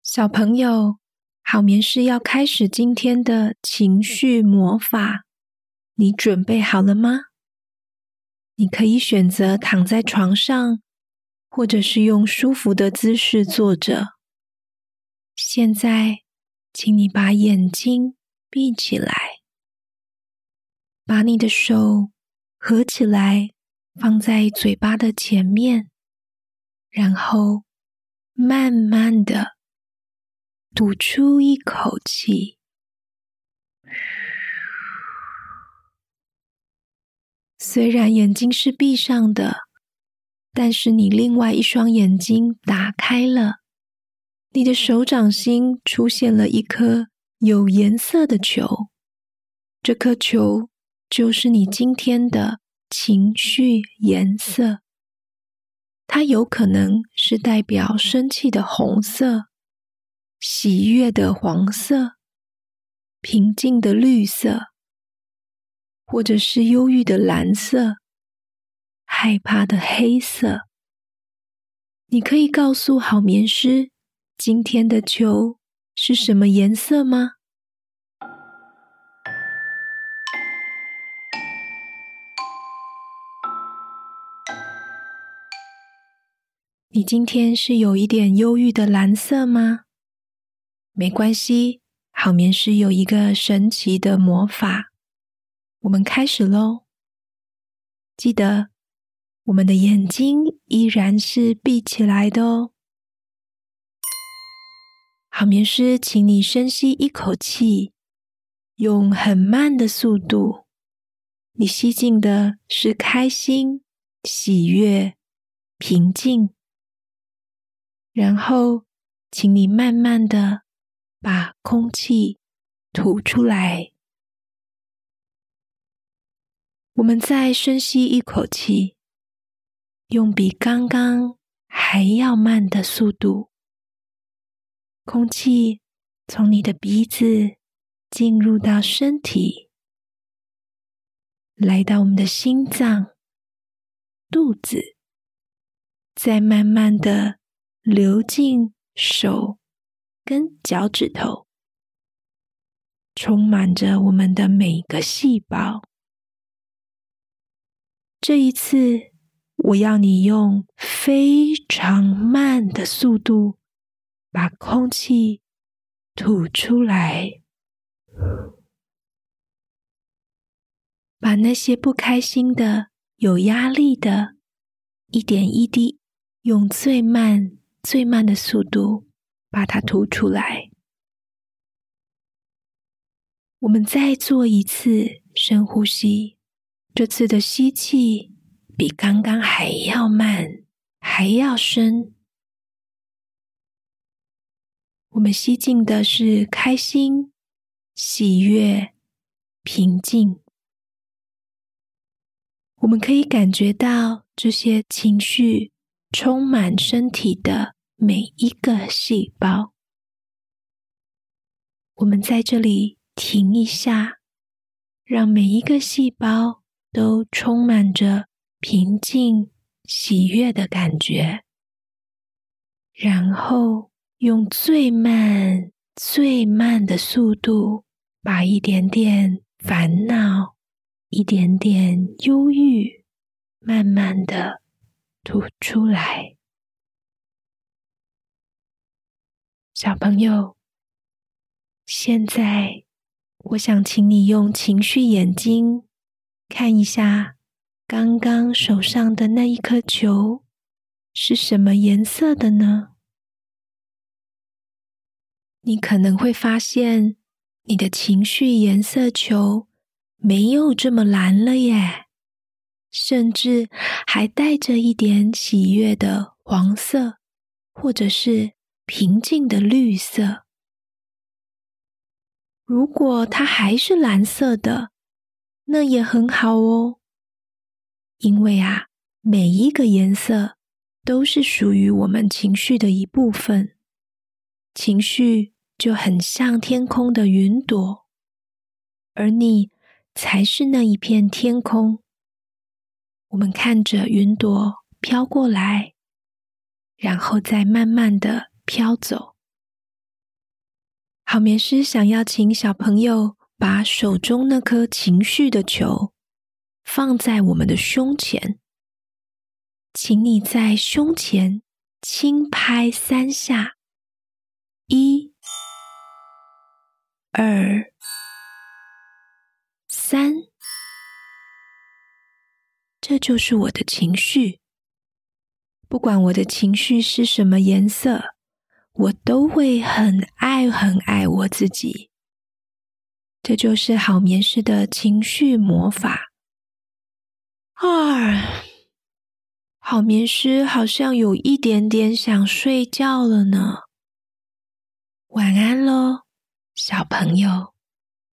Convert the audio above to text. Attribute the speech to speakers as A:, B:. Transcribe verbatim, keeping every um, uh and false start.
A: 小朋友，好眠师要开始今天的情绪魔法，你准备好了吗？你可以选择躺在床上，或者是用舒服的姿势坐着。现在，请你把眼睛闭起来，把你的手合起来，放在嘴巴的前面，然后慢慢的吐出一口气。虽然眼睛是闭上的，但是你另外一双眼睛打开了，你的手掌心出现了一颗有颜色的球，这颗球就是你今天的情绪颜色。它有可能是代表生气的红色、喜悦的黄色、平静的绿色，或者是忧郁的蓝色、害怕的黑色。你可以告诉好眠师，今天的球是什么颜色吗？你今天是有一点忧郁的蓝色吗？没关系，好眠师有一个神奇的魔法。我们开始咯。记得，我们的眼睛依然是闭起来的哦。好眠师，请你深吸一口气，用很慢的速度。你吸进的是开心、喜悦、平静。然后，请你慢慢的把空气吐出来。我们再深吸一口气，用比刚刚还要慢的速度。空气从你的鼻子进入到身体，来到我们的心脏、肚子，再慢慢的流进手跟脚趾头，充满着我们的每个细胞。这一次，我要你用非常慢的速度把空气吐出来，把那些不开心的、有压力的，一点一滴，用最慢、最慢的速度把它吐出来。我们再做一次深呼吸，这次的吸气比刚刚还要慢，还要深。我们吸进的是开心、喜悦、平静。我们可以感觉到这些情绪充满身体的每一个细胞。我们在这里停一下，让每一个细胞都充满着平静、喜悦的感觉。然后用最慢、最慢的速度，把一点点烦恼、一点点忧郁，慢慢的吐出来。小朋友，现在我想请你用情绪眼睛看一下刚刚手上的那一颗球是什么颜色的呢？你可能会发现你的情绪颜色球没有这么蓝了耶，甚至还带着一点喜悦的黄色，或者是平静的绿色。如果它还是蓝色的，那也很好哦。因为啊，每一个颜色都是属于我们情绪的一部分。情绪就很像天空的云朵，而你才是那一片天空。我们看着云朵飘过来，然后再慢慢的飘走。 好眠师想要请小朋友把手中那颗情绪的球放在我们的胸前，请你在胸前轻拍三下，一、二、三，这就是我的情绪。不管我的情绪是什么颜色，我都会很爱很爱我自己。这就是好眠师的情绪魔法。啊，好眠师好像有一点点想睡觉了呢。晚安咯，小朋友。